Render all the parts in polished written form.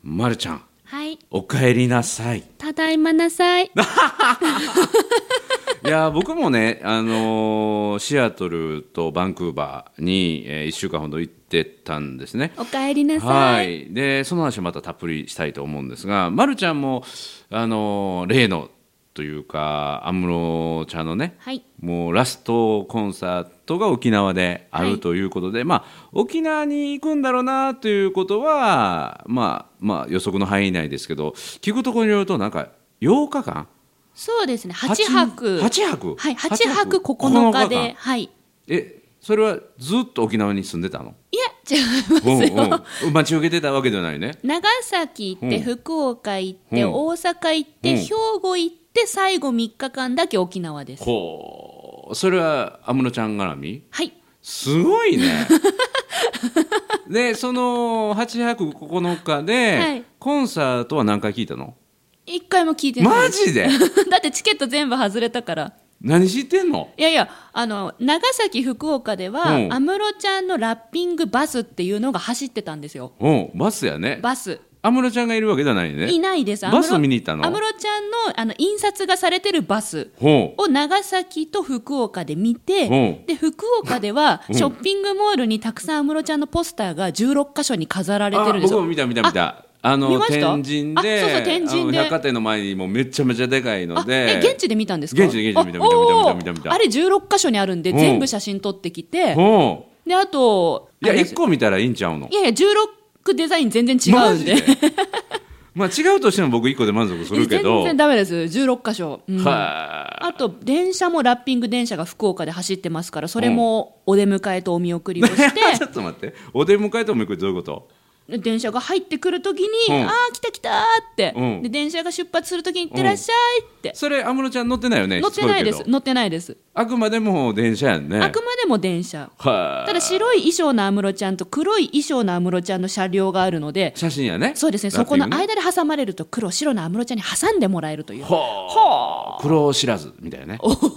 まるちゃん、 はい、 お帰りなさい。 ただいまなさい。 いや僕もね、シアトルとバンクーバーに、1週間ほど行ってたんですね。 お帰りなさい。 はい、でその話をまたたっぷりしたいと思うんですが、まるちゃんも例のというか安室ちゃんのね、 はい、 もうラストコンサートが沖縄であるということで、はい、まあ沖縄に行くんだろうなということはまあ予測の範囲内ですけど、聞くところによるとなんか8日間、 そうですね、8泊 8泊、 はい、8泊9日で、はい、 それはずっと沖縄に住んでたの？ いや違いますよ。 待ち受けてたわけではないね。 長崎行って、福岡行って、大阪行って、兵庫行って最後3日間だけ沖縄です。 ほう、それは安室ちゃん絡み？ はい、 すごいね。でその8泊9日で、はい、コンサートは何回聞いたの ？1回も聞いてない。 マジで？ だってチケット全部外れたから。 何知ってんの？ いやいや、長崎福岡では安室ちゃんのラッピングバスっていうのが走ってたんですよ。 バスやね。 バス。 安室ちゃんがいるわけじゃないね。 いないです。 バス見に行ったの？ 安室ちゃんの印刷がされてるバスを長崎と福岡で見て、で福岡ではショッピングモールにたくさん安室ちゃんのポスターが16箇所に飾られてるんですよ。 僕も見た。天神で、 そう天神で百貨店の前にもめちゃめちゃでかいので。 現地で見たんですか？ 現地で見た。 あれ16箇所にあるんで全部写真撮ってきて、であと 1個見たらいいんちゃうの？ いや16デザイン全然違うんで。 まあ違うとしても僕1個で満足するけど全然ダメです。16箇所、あと電車もラッピング電車が福岡で走ってますから、それもお出迎えとお見送りをしてちょっと待って、お出迎えとお見送りどういうこと？ 電車が入ってくるときに、あー来た来たーって、で電車が出発するときに行ってらっしゃいって、 それ安室ちゃん乗ってないよね？ 乗ってないです。 あくまでも電車やんね。 あくまでも電車。ただ白い衣装の安室ちゃんと黒い衣装の安室ちゃんの車両があるので、 写真やね。 そうですね、そこの間で挟まれると黒白の安室ちゃんに挟んでもらえるという。 黒知らずみたいなね。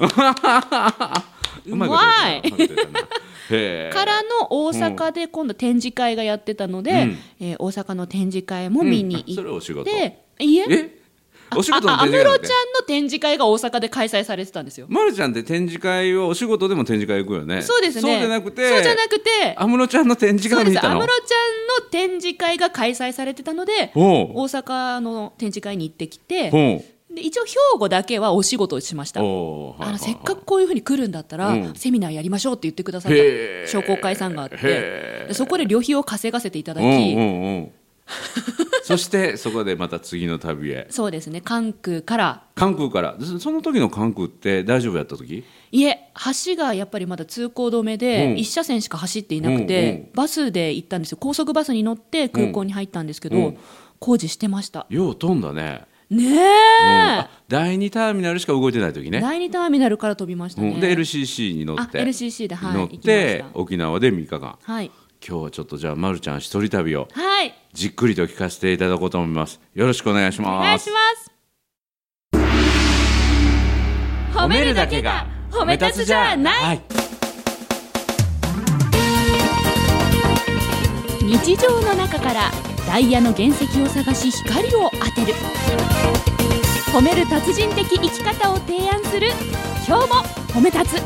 うまいからの大阪で今度展示会がやってたので、大阪の展示会も見に行って、 それお仕事？ いえ、 お仕事の展示会？安室ちゃんの展示会が大阪で開催されてたんですよ。 まるちゃんって展示会はお仕事でも展示会行くよね？ そうですね。 そうじゃなくて安室ちゃんの展示会に行ったの？ 安室ちゃんの展示会が開催されてたので、大阪の展示会に行ってきて、で一応兵庫だけはお仕事をしました。せっかくこういうふうに来るんだったら、セミナーやりましょうって言ってくださった商工会さんがあって、でそこで旅費を稼がせていただき、 そしてそこでまた次の旅へ。 そうですね、関空からその時の関空って大丈夫やった時？ いえ、橋がやっぱりまだ通行止めで1車線しか走っていなくて、バスで行ったんですよ。高速バスに乗って空港に入ったんですけど、工事してました。 よう飛んだね。 ねえ、 第2ターミナルしか動いてない時ね。 第2ターミナルから飛びましたね。 で LCC に乗って、 LCC で、 乗って沖縄で3日間、 はい、 今日はちょっとじゃあまるちゃん一人旅を、 はい、 じっくりと聞かせていただこうと思います。よろしくお願いします。 お願いします。褒めるだけが褒め立つじゃない、日常の中からダイヤの原石を探し光を当てる、褒める達人的生き方を提案する、今日も褒め立つ。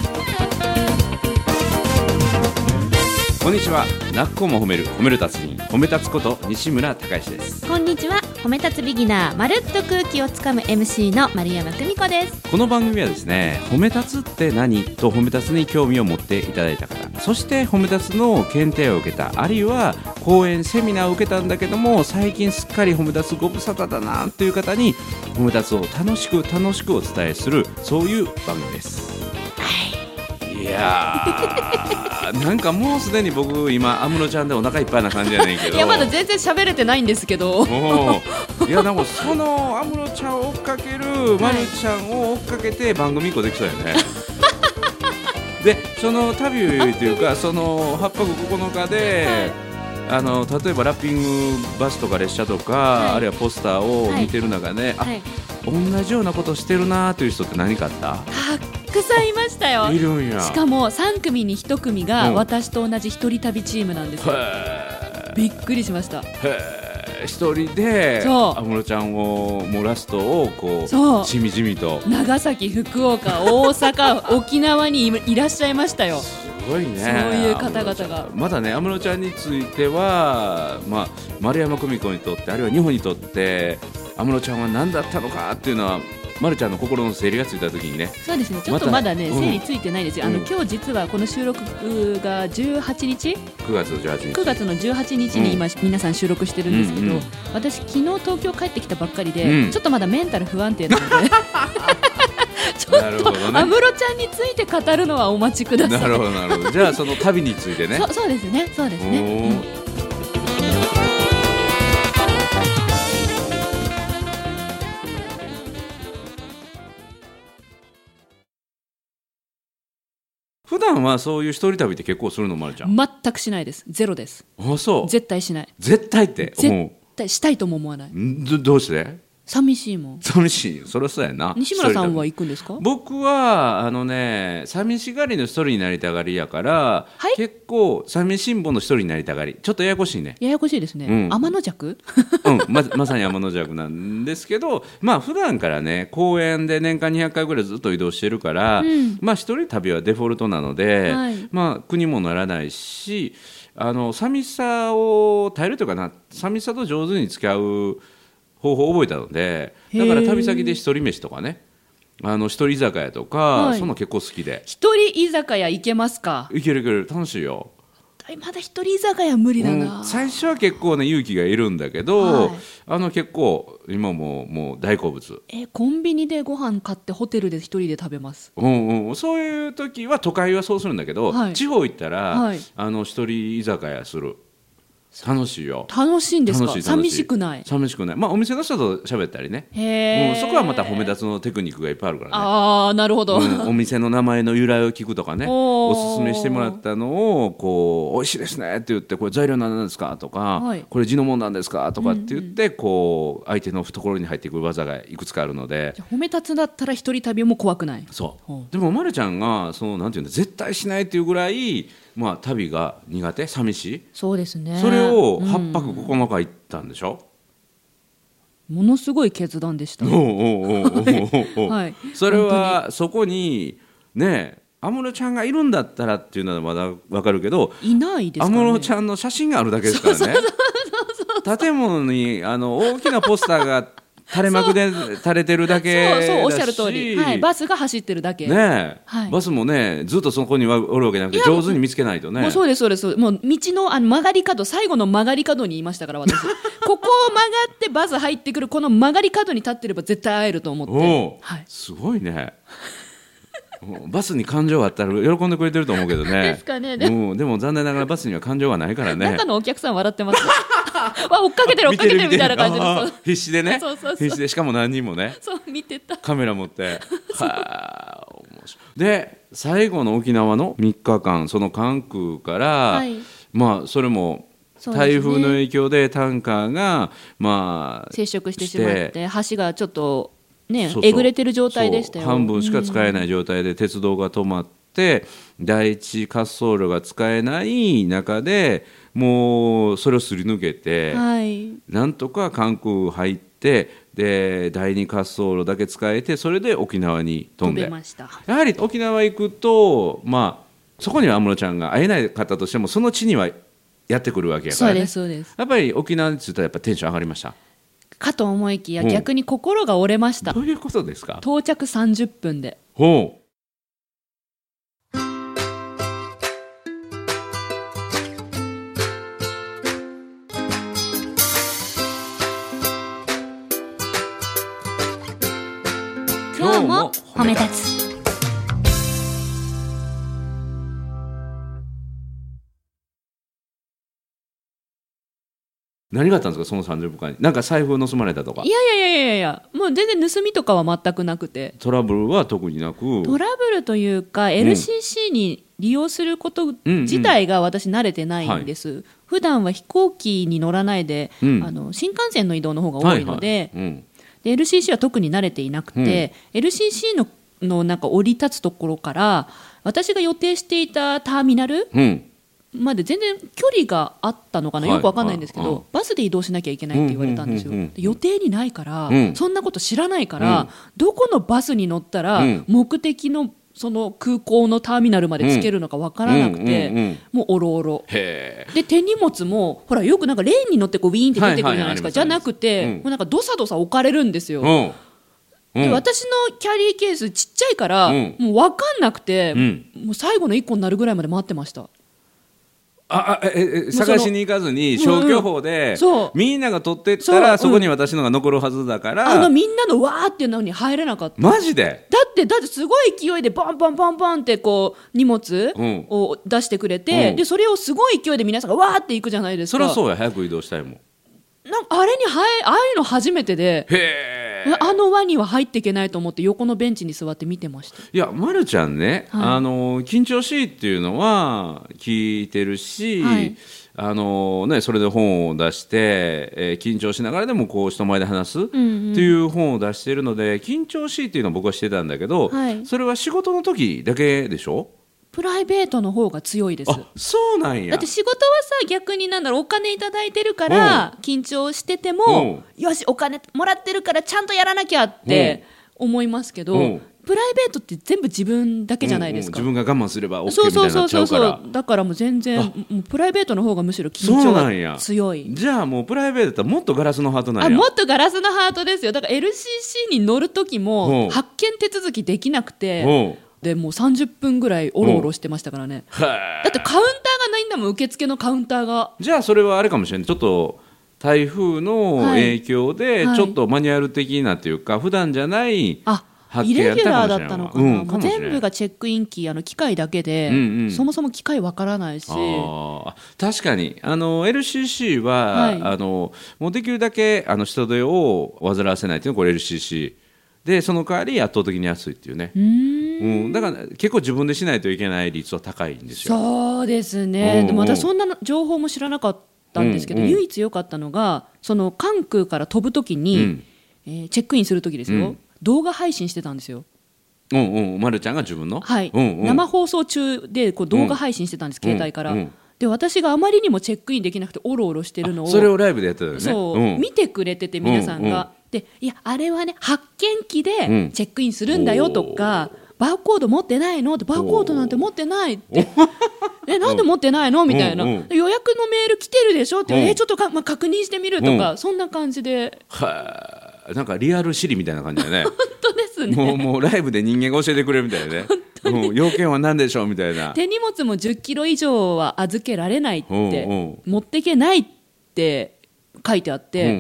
こんにちは。なっこも褒める達人、褒め立つこと西村孝之です。 こんにちは。褒め立つビギナー、まるっと空気をつかむ MC の丸山久美子です。 この番組はですね、褒め立つって何と褒め立つに興味を持っていただいた方、そして褒め立つの検定を受けた、あるいは講演セミナーを受けたんだけども最近すっかり褒め立つご無沙汰だなという方に褒め立つを楽しくお伝えする、そういう番組です。いやなんかもうすでに僕今安室ちゃんでお腹いっぱいな感じやねんけどいやまだ全然喋れてないんですけどいやなんかその安室ちゃんを追っかけるまるちゃんを追っかけて番組1個できそうやねでその旅というかその8泊9日で、例えばラッピングバスとか列車とか、あるいはポスターを見てる中で、同じようなことしてるなという人って何かあった？ たくさんいましたよ。 いるんや。 しかも3組に1組が私と同じ一人旅チームなんですよ。びっくりしました。 一人で安室ちゃんをもうラストをこうしみじみと長崎、福岡、大阪沖縄にいらっしゃいましたよ。 すごいね。 そういう方々がまだね安室ちゃんについては、丸山久美子にとってあるいは日本にとって安室ちゃんは何だったのかっていうのは丸ちゃんの心の整理がついた時にね。 そうですね、ちょっとまだね、整理ついてないですよ。今日実はこの収録が18日 9月の18日 9月の18日に今、皆さん収録してるんですけど、私昨日東京帰ってきたばっかりで、ちょっとまだメンタル不安定なのでちょっと安室ちゃんについて語るのはお待ちください。 なるほどなるほど。じゃあその旅についてねそうですねそうですね。 普段はそういう一人旅って結構するの？まるちゃん全くしないです。ゼロです。 あ、そう。 絶対しない。 絶対って絶対したいとも思わない。 どうして？ 寂しいもん。 寂しい。そりゃそうやな。 西村さんは行くんですか？ 僕は寂しがりの一人になりたがりやから、結構寂しんぼの一人になりたがり。ちょっとややこしいね。 ややこしいですね。天の弱まさに天の弱なんですけど、普段からね公園で年間200回ぐらいずっと移動してるから、一人旅はデフォルトなので、苦にもならないし、寂しさを耐えるというかな、寂しさと上手に付き合う方法を覚えたので、だから旅先で一人飯とかね、一人居酒屋とか、そんな結構好きで。 一人居酒屋行けますか？ 行ける行ける、楽しいよ。 まだ一人居酒屋無理だな。 最初は結構ね勇気がいるんだけど、結構今もう大好物。 コンビニでご飯買ってホテルで一人で食べます。 そういう時は都会はそうするんだけど、地方行ったら、一人居酒屋する。楽しいよ。 楽しいんですか？寂しくない？ 寂しくない。お店の人と喋ったりね。そこはまた褒め立つのテクニックがいっぱいあるからね。 ああ、なるほど。 お店の名前の由来を聞くとかね、おすすめしてもらったのをこう美味しいですねって言って、これ材料何なんですかとか、これ地のもんなんですかとかって言って、こう相手の懐に入ってくる技がいくつかあるので。 褒め立つだったら一人旅も怖くない？ そう。でもまるちゃんがなんていうんだ、絶対しないっていうぐらい。旅が苦手、寂しい。 そうですね。 それを8泊9日行ったんでしょ。 ものすごい決断でした。それはそこにね安室ちゃんがいるんだったらっていうのはまだ分かるけど、 いないですからね。 安室ちゃんの写真があるだけですからね。建物に大きなポスターが垂れ幕で垂れてるだけだし、 そうおっしゃる通り、バスが走ってるだけね、バスもねずっとそこにおるわけじゃなくて、上手に見つけないとね。 もうそうですそうです。もう道の曲がり角、最後の曲がり角にいましたから私。ここを曲がってバス入ってくるこの曲がり角に立ってれば絶対会えると思って。 すごいね。バスに感情があったら喜んでくれてると思うけどね。 ですかね。 でも残念ながらバスには感情がないからね。 中のお客さん笑ってます。追っかけてる追っかけてるみたいな感じで。 必死でね。必死で、しかも何人もね。 そう見てた。 カメラ持って。はあ、面白い。で最後の沖縄の3日間、その関空から、それも台風の影響でタンカーが接触してしまって、橋がちょっとえぐれてる状態でしたよ。 半分しか使えない状態で鉄道が止まって、第一滑走路が使えない中で、もうそれをすり抜けて、なんとか関空入って、で第二滑走路だけ使えて、それで沖縄に飛んで、やはり沖縄行くと、そこには安室ちゃんが会えない方としてもその地にはやってくるわけやからね。 そうです。 やっぱり沖縄に着いたらやっぱテンション上がりましたかと思いきや、逆に心が折れました。 どういうことですか？ 到着30分で。今日も褒め立つ。 何があったんですか、その30分間に。なんか財布を盗まれたとか。 いや、もう全然盗みとかは全くなくて。 トラブルは特になく。 トラブルというか、LCC に利用すること自体が私慣れてないんです。普段は飛行機に乗らないで、新幹線の移動の方が多いので、で LCC は特に慣れていなくて、LCC のなんか降り立つところから私が予定していたターミナルまで全然距離があったのかな、よく分かんないんですけど、バスで移動しなきゃいけないって言われたんですよ。予定にないから、そんなこと知らないから、どこのバスに乗ったら目的のその空港のターミナルまで着けるのか分からなくて、もうおろおろで、手荷物もほらよくなんかレーンに乗ってこうウィーンって出てくるじゃないですか、じゃなくて、もうなんかどさどさ置かれるんですよ。で私のキャリーケースちっちゃいから、もう分かんなくて、もう最後の1個になるぐらいまで待ってました。 探しに行かずに消去法で、みんなが取ってったらそこに私のが残るはずだから、 みんなのわーっていうのに入れなかった。 マジで？ だってすごい勢いでバンバンバンバンってこう荷物を出してくれて、でそれをすごい勢いで皆さんがわーって行くじゃないですか。 そりゃそうや、早く移動したいもん。 なんかああいうの初めてで、あの輪には入っていけないと思って横のベンチに座って見てました。 いや、まるちゃんね、緊張しいっていうのは聞いてるし、それで本を出して、緊張しながらでもこう人前で話すっていう本を出しているので、緊張しいっていうのは僕はしてたんだけど、それは仕事の時だけでしょ？ プライベートの方が強いです。 そうなんや。 だって仕事はさ、逆にお金いただいてるから緊張してても、よしお金もらってるからちゃんとやらなきゃって思いますけど、プライベートって全部自分だけじゃないですか。 自分が我慢すれば OK みたいになっちゃうから。 そうだからもう全然もうプライベートの方がむしろ緊張が強い。 じゃあもうプライベートだったらもっとガラスのハートなんや。 もっとガラスのハートですよ。だから LCC に乗る時も発券手続きできなくて、でもう30分ぐらいおろおろしてましたからね。だってカウンターがないんだもん、受付のカウンターが。 じゃあそれはあれかもしれない、ちょっと台風の影響でちょっとマニュアル的なというか、普段じゃないイレギュラーだったのかな、もう全部がチェックイン機、機械だけで、そもそも機械わからないし。 確かにLCC は、もうできるだけ人手を煩わせないというのがこれ LCCで、その代わり圧倒的に安いっていうね。だから結構自分でしないといけない率は高いんですよ。 そうですね。でも私そんな情報も知らなかったんですけど、唯一良かったのがその関空から飛ぶときに、チェックインするときですよ、動画配信してたんですよ。 まるちゃんが自分の、 生放送中でこう動画配信してたんです、携帯から。で私があまりにもチェックインできなくておろおろしてるのを、 それをライブでやってたよね。 そう、見てくれてて皆さんが、でいやあれはね発券機でチェックインするんだよとか、バーコード持ってないのって、バーコードなんて持ってないってなんで持ってないのみたいな、予約のメール来てるでしょって、ちょっと確認してみるとか、そんな感じで。 なんかリアルシリみたいな感じだね。 本当ですね。 もうライブで人間が教えてくれるみたいなね。要件は何でしょうみたいな。 手荷物も10キロ以上は預けられないって、持ってけないって書いてあって、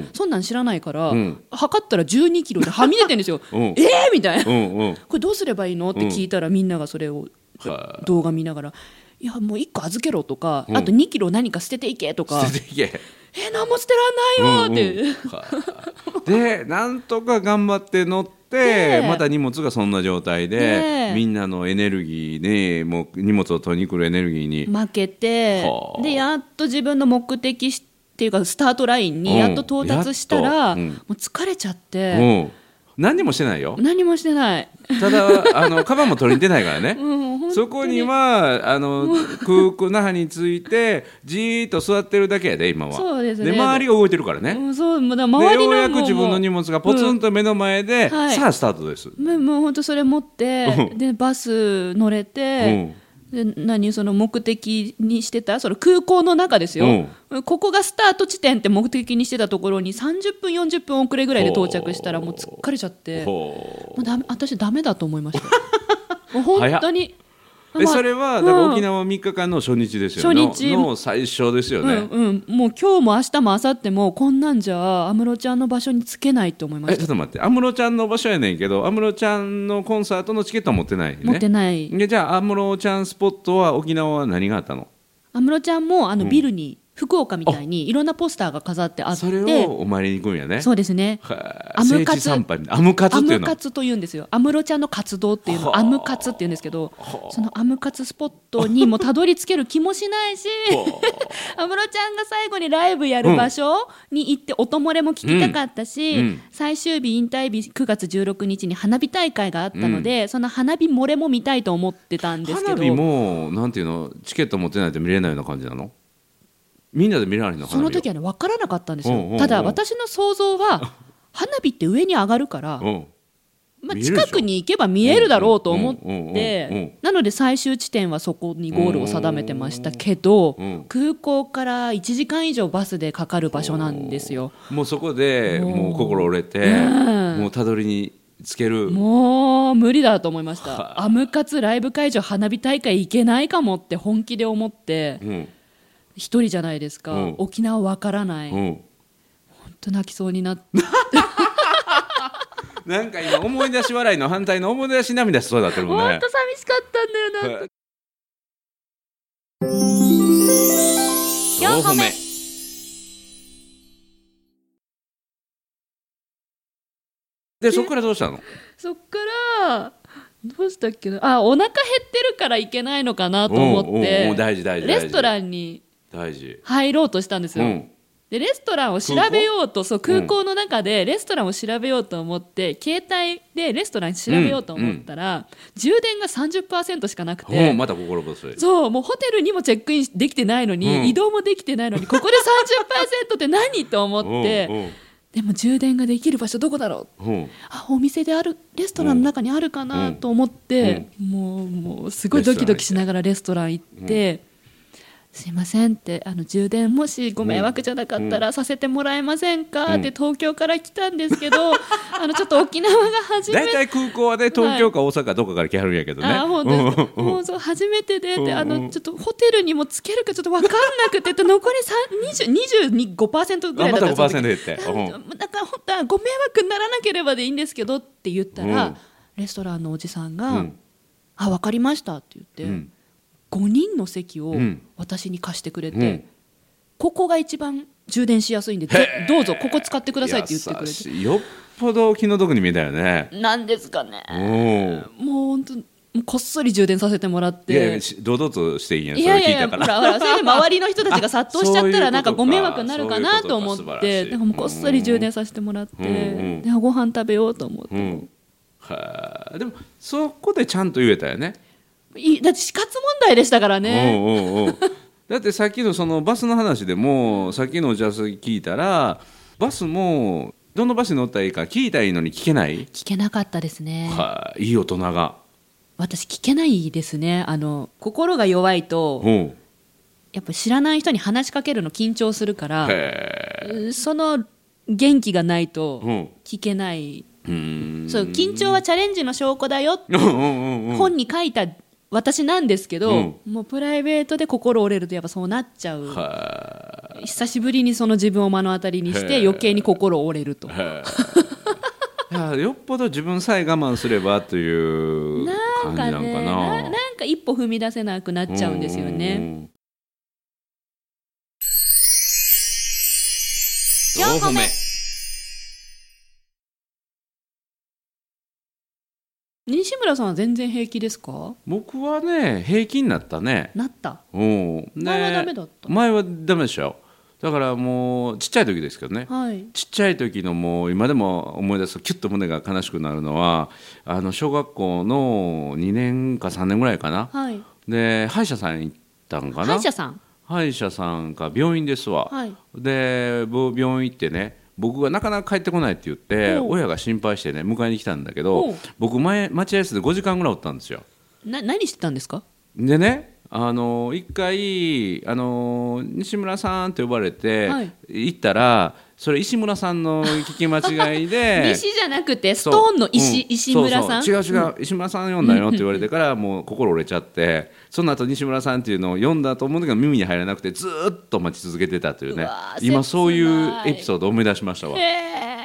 そんなん知らないから、測ったら12キロではみ出てるんですよ。みたいな、これどうすればいいのって聞いたら、みんながそれを動画見ながら、いやもう1個預けろとか、あと2キロ何か捨てていけとか、 捨てていけ、 何も捨てらんないよって、 でなんとか頑張って乗って、また荷物がそんな状態で、みんなのエネルギーね、もう荷物を取りに来るエネルギーに負けて、でやっと自分の目的っていうかスタートラインにやっと到達したら、もう疲れちゃって、 何にもしてないよ。 何もしてない。 ただカバンも取りに出ないからね。そこには空港那覇に着いてじーっと座ってるだけやで今は。 そうですね。 で周りが動いてるからね。でようやく自分の荷物がポツンと目の前で、さあスタートです。 もう本当それ持ってでバス乗れて、でその目的にしてたその空港の中ですよ、ここがスタート地点って目的にしてたところに30分40分遅れぐらいで到着したら、もう疲れちゃって、もう私ダメだと思いましたもう本当に。 それはだから沖縄3日間の初日ですよね。の最初ですよね。 もう今日も明日も明後日もこんなんじゃ安室ちゃんの場所につけないと思いました。 ちょっと待って、安室ちゃんの場所やねんけど、安室ちゃんのコンサートのチケットは持ってないね。 持ってない。 じゃあ安室ちゃんスポットは沖縄は何があったの？ 安室ちゃんもビルに福岡みたいにいろんなポスターが飾ってあって、 それをお参りに行くんやね。 そうですね。 アムカツ、アムカツっていうの、 アムカツと言うんですよ。安室ちゃんの活動っていうのをアムカツって言うんですけど、そのアムカツスポットにもたどり着ける気もしないし安室ちゃんが最後にライブやる場所に行って音漏れも聞きたかったし、最終日引退日9月16日に花火大会があったので、その花火漏れも見たいと思ってたんですけど、 花火もなんていうの、チケット持ってないと見れないような感じなの？みんなで見られるの？ その時はね、分からなかったんですよ。ただ私の想像は花火って上に上がるから、近くに行けば見えるだろうと思って、なので最終地点はそこにゴールを定めてましたけど、空港から1時間以上バスでかかる場所なんですよ。 もうそこでもう心折れて、もうたどりにつける、 もう無理だと思いました。アムカツライブ会場花火大会行けないかもって本気で思って、一人じゃないですか、沖縄わからない、本当泣きそうになってなんか今思い出し笑いの反対の思い出し涙しそうだってるもんね。 本当寂しかったんだよな。4歩目。 でそこからどうしたの？ そっからどうしたっけな。お腹減ってるからいけないのかなと思って大事レストランに入ろうとしたんですよ。でレストランを調べようと、空港の中でレストランを調べようと思って、携帯でレストラン調べようと思ったら、充電が 30% しかなくて、 また心細い。 そう、もうホテルにもチェックインできてないのに、移動もできてないのに、ここで 30% って何と思ってでも充電ができる場所どこだろう、お店である、レストランの中にあるかなと思って、もうすごいドキドキしながらレストラン行って、すいませんって、充電もしご迷惑じゃなかったらさせてもらえませんかって、東京から来たんですけどちょっと沖縄が初めて、 大体空港はね、東京か大阪かどこかから来はるんやけどね。 本当です。もうそう初めてで、ちょっとホテルにもつけるかちょっと分かんなくて残り25% ぐらいだったんですよ。 5%減ってだから本当はご迷惑にならなければでいいんですけどって言ったら、レストランのおじさんが、分かりましたって言って、5人の席を私に貸してくれて、ここが一番充電しやすいんでどうぞここ使ってくださいって言ってくれて、 よっぽど気の毒に見えたよね。 なんですかね。もう本当こっそり充電させてもらって、 いや堂々としていいやん、それ聞いたから。 ほらそれで周りの人たちが殺到しちゃったらなんかご迷惑になるかなと思って、でもこっそり充電させてもらって、でご飯食べようと思って、 でもそこでちゃんと言えたよね。 だって死活問題でしたからね。 だってさっきのそのバスの話でも、さっきのお茶すぎ聞いたら、バスもどのバスに乗ったらいいか聞いたらいいのに聞けない。 聞けなかったですね。 いい大人が。 私聞けないですね。心が弱いと、やっぱ知らない人に話しかけるの緊張するから、その元気がないと聞けない。そう緊張はチャレンジの証拠だよって本に書いた私なんですけど、もうプライベートで心折れるとやっぱそうなっちゃう。久しぶりにその自分を目の当たりにして余計に心折れると。いやよっぽど自分さえ我慢すればという感じなのかな。 なんか一歩踏み出せなくなっちゃうんですよね。4歩目。西村さんは全然平気ですか？ 僕はね、平気になったね。 なった。 前はダメだった。 前はダメでしょ。だからもうちっちゃい時ですけどね、ちっちゃい時のもう今でも思い出すとキュッと胸が悲しくなるのは、小学校の2年か3年ぐらいかな、で歯医者さん行ったんかな。歯医者さんか病院ですわ、で病院行ってね、僕がなかなか帰ってこないって言って親が心配してね迎えに来たんだけど、僕待合室で5時間ぐらいおったんですよ。 何してたんですか？ でね、一回西村さんって呼ばれて、行ったらそれ石村さんの聞き間違いで西じゃなくてストーンの石村さん。 違う、石村さん呼んだよって言われてからもう心折れちゃって、その後西村さんっていうのを読んだと思うんだけど耳に入らなくてずっと待ち続けてたというね。今そういうエピソードを思い出しましたわ。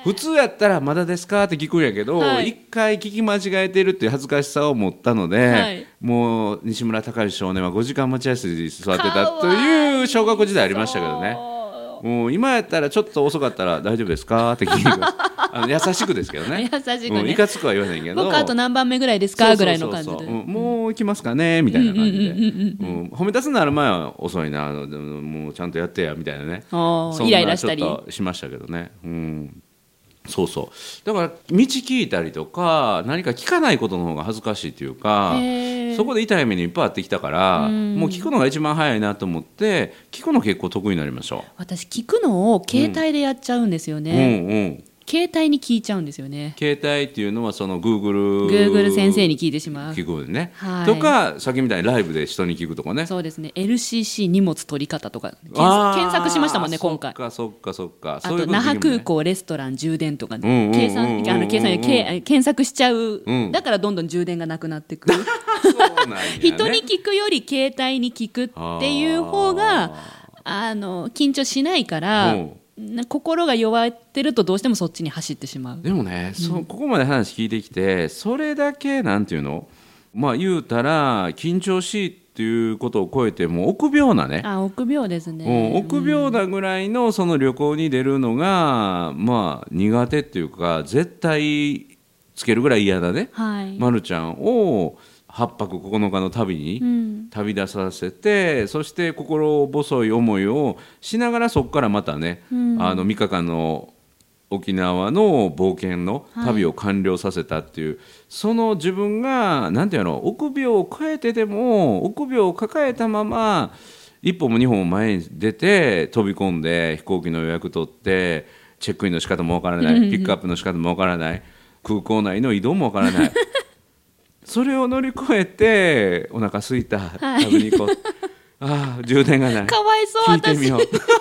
普通やったらまだですかって聞くんやけど、 はい、 一回聞き間違えてるっていう恥ずかしさを持ったので、はい、もう西村隆之少年は5時間待合室に座ってたという小学校時代ありましたけどね。もう今やったらちょっと遅かったら大丈夫ですかって聞いて優しくですけどね優しくね、 いかつくは言わないけど、 僕あと何番目ぐらいですかぐらいの感じで、 もう行きますかねみたいな感じで、褒め立つなる前は遅いな、もうちゃんとやってやみたいなね、 イライラしたりちょっとしましたけどね、そうそうだから道聞いたりとか何か聞かないことの方が恥ずかしいというか、そこで痛い目にいっぱいあってきたから、もう聞くのが一番早いなと思って聞くの結構得意になりました。 私聞くのを携帯でやっちゃうんですよね、携帯に聞いちゃうんですよね。 携帯っていうのはその Google 先生に聞いてしまう聞くね、 はい、 とかさっきみたいにライブで人に聞くとかね。 そうですね LCC 荷物取り方とか検索しましたもんね今回。 そっかあと那覇空港レストラン充電とか、ね、検索しちゃう、だからどんどん充電がなくなってくるそうなんや、ね、人に聞くより携帯に聞くっていう方が緊張しないから、心が弱ってるとどうしてもそっちに走ってしまう。 でもね、ここまで話聞いてきてそれだけなんていうの、言うたら緊張しいっていうことを超えても臆病なね、 臆病ですね、 臆病なぐらいのその旅行に出るのが、苦手っていうか絶対つけるぐらい嫌だね、まるちゃんを8泊9日の旅に旅立たせて、そして心細い思いをしながらそこからまたね、3日間の沖縄の冒険の旅を完了させたっていう、その自分がなんていうの、臆病を超えてでも臆病を抱えたまま一歩も二歩も前に出て飛び込んで飛行機の予約取ってチェックインの仕方もわからない、ピックアップの仕方もわからない、空港内の移動もわからないそれを乗り越えてお腹空いた、食べに行こう充電がない、 かわいそう聞いてみよう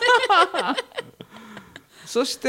そして、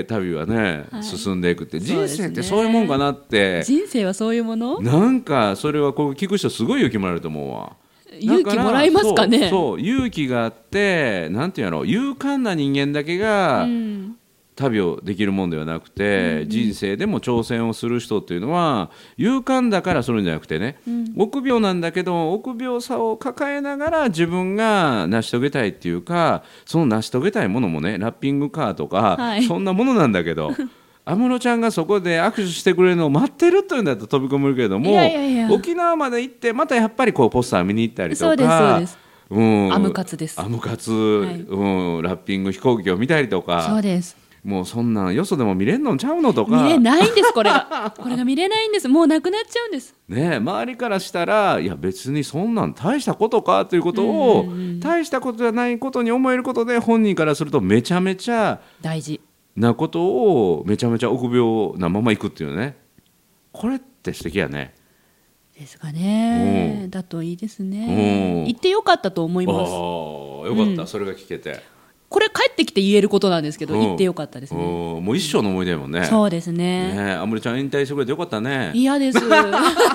旅はね、進んでいくって、人生ってそういうもんかなって。 人生はそういうもの、 なんかそれはこう聞く人すごい勇気もらえると思うわ。 勇気もらえますかね。 そう勇気があってなんていうの、勇敢な人間だけが、旅をできるもんではなくて、人生でも挑戦をする人っていうのは勇敢だからするんじゃなくてね、臆病なんだけど臆病さを抱えながら自分が成し遂げたいっていうか、その成し遂げたいものもねラッピングカーとか、そんなものなんだけど安室ちゃんがそこで握手してくれるのを待ってるというんだったら飛び込めるけれども、沖縄まで行ってまたやっぱりこうポスター見に行ったりとか、 そうですアムカツです。 アムカツ、ラッピング飛行機を見たりとか。 そうです。 もうそんなんよそでも見れんのちゃうのとか。 見れないんです、これが見れないんです。もうなくなっちゃうんですね。周りからしたらいや別にそんなん大したことかということを、大したことじゃないことに思えることで、本人からするとめちゃめちゃ大事なことをめちゃめちゃ臆病なままいくっていうね。これって素敵やね。 ですかね、だといいですね。行ってよかったと思います。 よかった、それが聞けて。これ帰ってきて言えることなんですけど、行ってよかったですね。 もう一生の思い出もんね。 そうですね。 安室ちゃん引退してくれてよかったね。 嫌ですそれはね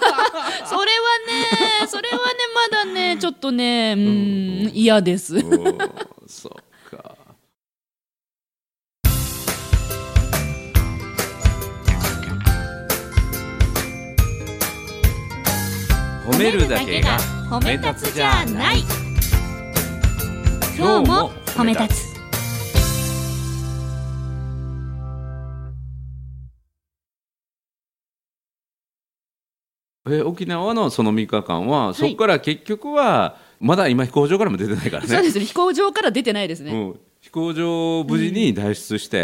まだねちょっとね嫌ですそうか。褒めるだけが褒め立つじゃない。 今日も褒め立つ。 沖縄のその3日間は、そこから結局はまだ今飛行場からも出てないからね。 そうですね、飛行場から出てないですね。 飛行場無事に脱出して、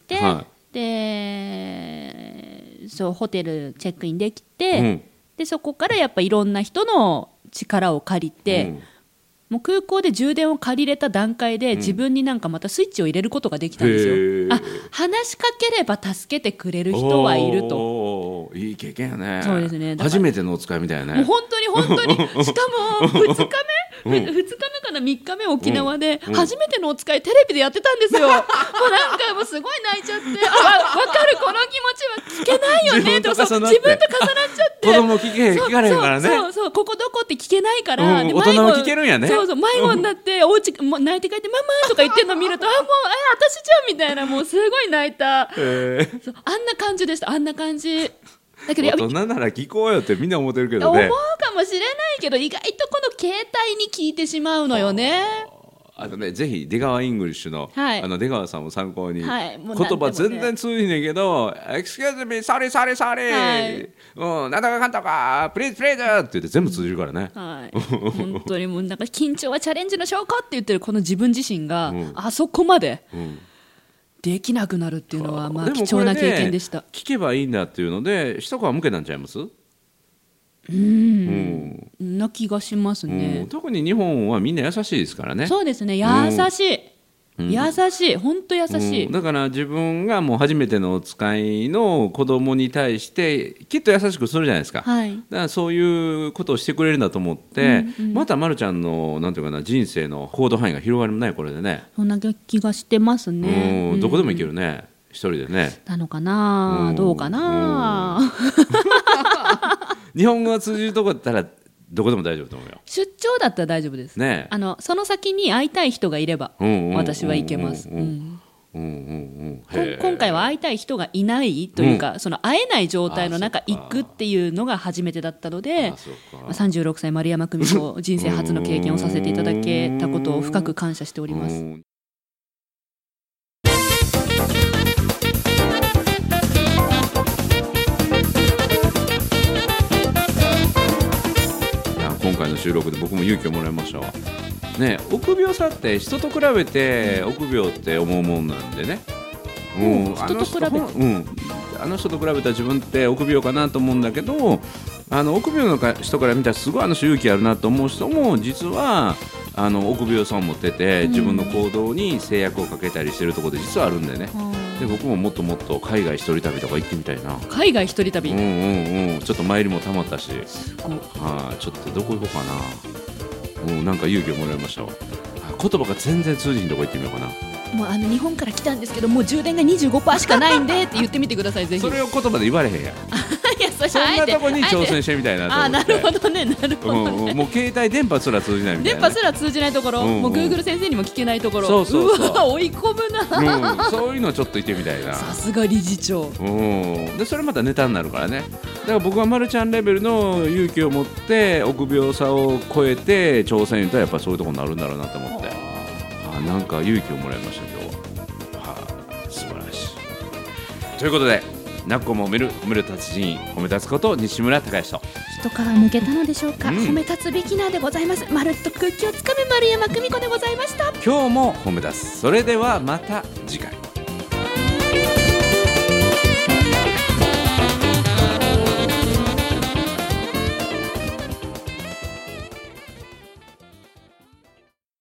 でそうホテルチェックインできて、でそこからやっぱいろんな人の力を借りて、もう空港で充電を借りれた段階で自分になんかまたスイッチを入れることができたんですよ。話しかければ助けてくれる人はいると。 いい経験やね。 そうですね。 初めてのお使いみたいなね。 もう本当にしかも2日目から3日目沖縄で初めてのお使いテレビでやってたんですよ。もうなんかもうすごい泣いちゃって、分かるこの気持ちは聞けないよねとか、自分と重なっちゃって子供聞かれへんからね。 そうここどこって聞けないから、 大人も聞けるんやね。 迷子になってお家もう泣いて帰ってママとか言ってるの見るともう私じゃんみたいな、もうすごい泣いた。そうあんな感じでした。あんな感じだけど、 大人なら聞こうよってみんな思ってるけどね。 思うかもしれないけど、意外とこの携帯に聞いてしまうのよね。 ぜひ出川イングリッシュの、出川さんを参考に、言葉全然通じねえけど「Excuse me, sorry, sorry, sorry、なんとかかんとか Please, please」って言って全部通じるからね。 本当にもうなんか緊張はチャレンジの証拠って言ってるこの自分自身が、あそこまでできなくなるっていうのは、貴重な経験でした。 聞けばいいんだっていうので一皮むけたんちゃいます？ な気がしますね。 特に日本はみんな優しいですからね。 そうですね、優しい、優しい、本当優しい。 だから自分がもう初めてのお使いの子供に対してきっと優しくするじゃないですか。だからそういうことをしてくれるんだと思って、またまるちゃんのなんていうかな、人生の行動範囲が広がるね、これでね。 そんな気がしてますね。 どこでも行けるね、一人でね。 なのかな、どうかな。 日本語が通じるとこだったらどこでも大丈夫と思うよ。 出張だったら大丈夫です、ね、その先に会いたい人がいれば私は行けます。今回は会いたい人がいないというか、その会えない状態の中行くっていうのが初めてだったので、36歳丸山久美子人生初の経験をさせていただけたことを深く感謝しております。 今回の収録で僕も勇気をもらいましたわ、ね。臆病さって人と比べて臆病って思うもんなんでね、 人と比べて、 あの人と比べたら自分って臆病かなと思うんだけど、臆病の人から見たらすごいあの人勇気あるなと思う人も実は臆病さを持ってて、自分の行動に制約をかけたりしてるところで実はあるんでね。で僕ももっともっと海外一人旅とか行ってみたいな。 海外一人旅、 ちょっとマイルもたまったし、ちょっとどこ行こうかな。なんか勇気をもらいましたわ。言葉が全然通じんとこ行ってみようかな。 もう日本から来たんですけど、もう充電が 25% しかないんでって言ってみてください。ぜひそれを言葉で言われへんやん。いや、そんなとこに挑戦してみたいなと思って。 なるほどね、なるほどね。 もう携帯電波すら通じないみたいな、 電波すら通じないところ、もう Google 先生にも聞けないところ、 そううわ追い込むな、 そういうのちょっと言ってみたいな。 さすが理事長。 でそれまたネタになるからね。だから僕はまるちゃんレベルの勇気を持って臆病さを超えて挑戦したらやっぱそういうところになるんだろうなと思って、なんか勇気をもらいました今日は。素晴らしい。ということで、なっこも褒める達人、褒め立つこと西村孝之と。 人から抜けたのでしょうか、褒め立つビギナーでございます。まるっと空気をつかむ丸山久美子でございました。 今日も褒め立つ。それではまた次回。